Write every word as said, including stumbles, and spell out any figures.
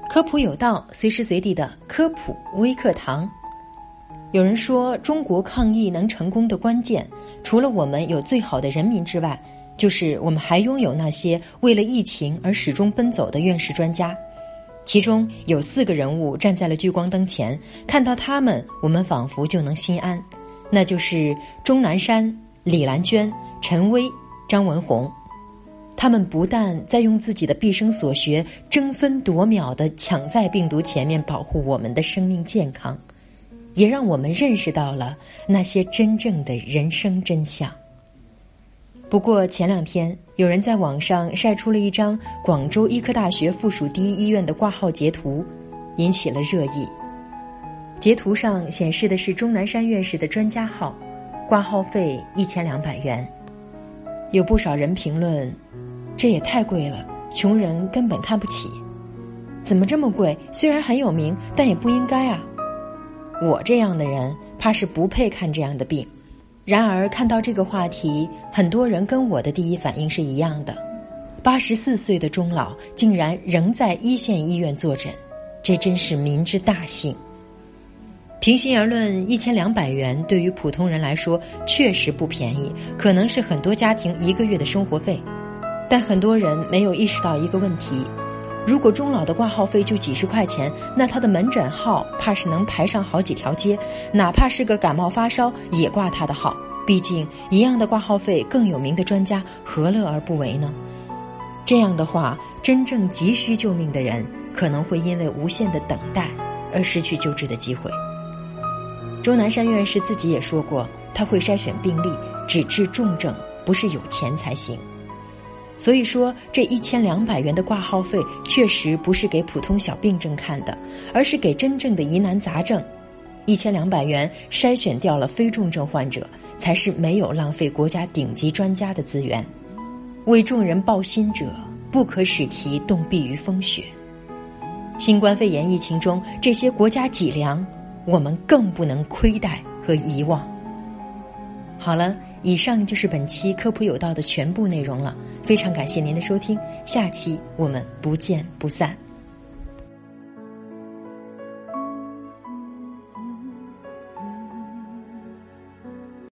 科普有道，随时随地的科普微课堂。有人说，中国抗疫能成功的关键，除了我们有最好的人民之外，就是我们还拥有那些为了疫情而始终奔走的院士专家。其中有四个人物站在了聚光灯前，看到他们，我们仿佛就能心安。那就是钟南山、李兰娟、陈薇、张文宏。他们不但在用自己的毕生所学争分夺秒地抢在病毒前面保护我们的生命健康，也让我们认识到了那些真正的人生真相。不过前两天有人在网上晒出了一张广州医科大学附属第一医院的挂号截图，引起了热议。截图上显示的是钟南山院士的专家号，挂号费一千两百元。有不少人评论，这也太贵了，穷人根本看不起。怎么这么贵？虽然很有名，但也不应该啊。我这样的人怕是不配看这样的病。然而看到这个话题，很多人跟我的第一反应是一样的。八十四岁的钟老竟然仍在一线医院坐诊，这真是民之大幸。平心而论，一千两百元对于普通人来说确实不便宜，可能是很多家庭一个月的生活费。但很多人没有意识到一个问题，如果钟老的挂号费就几十块钱，那他的门诊号怕是能排上好几条街，哪怕是个感冒发烧也挂他的号。毕竟一样的挂号费，更有名的专家何乐而不为呢？这样的话，真正急需救命的人可能会因为无限的等待而失去救治的机会。钟南山院士自己也说过，他会筛选病例，只治重症，不是有钱才行。所以说，这一千两百元的挂号费确实不是给普通小病症看的，而是给真正的疑难杂症。一千两百元筛选掉了非重症患者，才是没有浪费国家顶级专家的资源。为众人抱薪者，不可使其冻毙于风雪。新冠肺炎疫情中，这些国家脊梁，我们更不能亏待和遗忘。好了，以上就是本期科普有道的全部内容了，非常感谢您的收听，下期我们不见不散。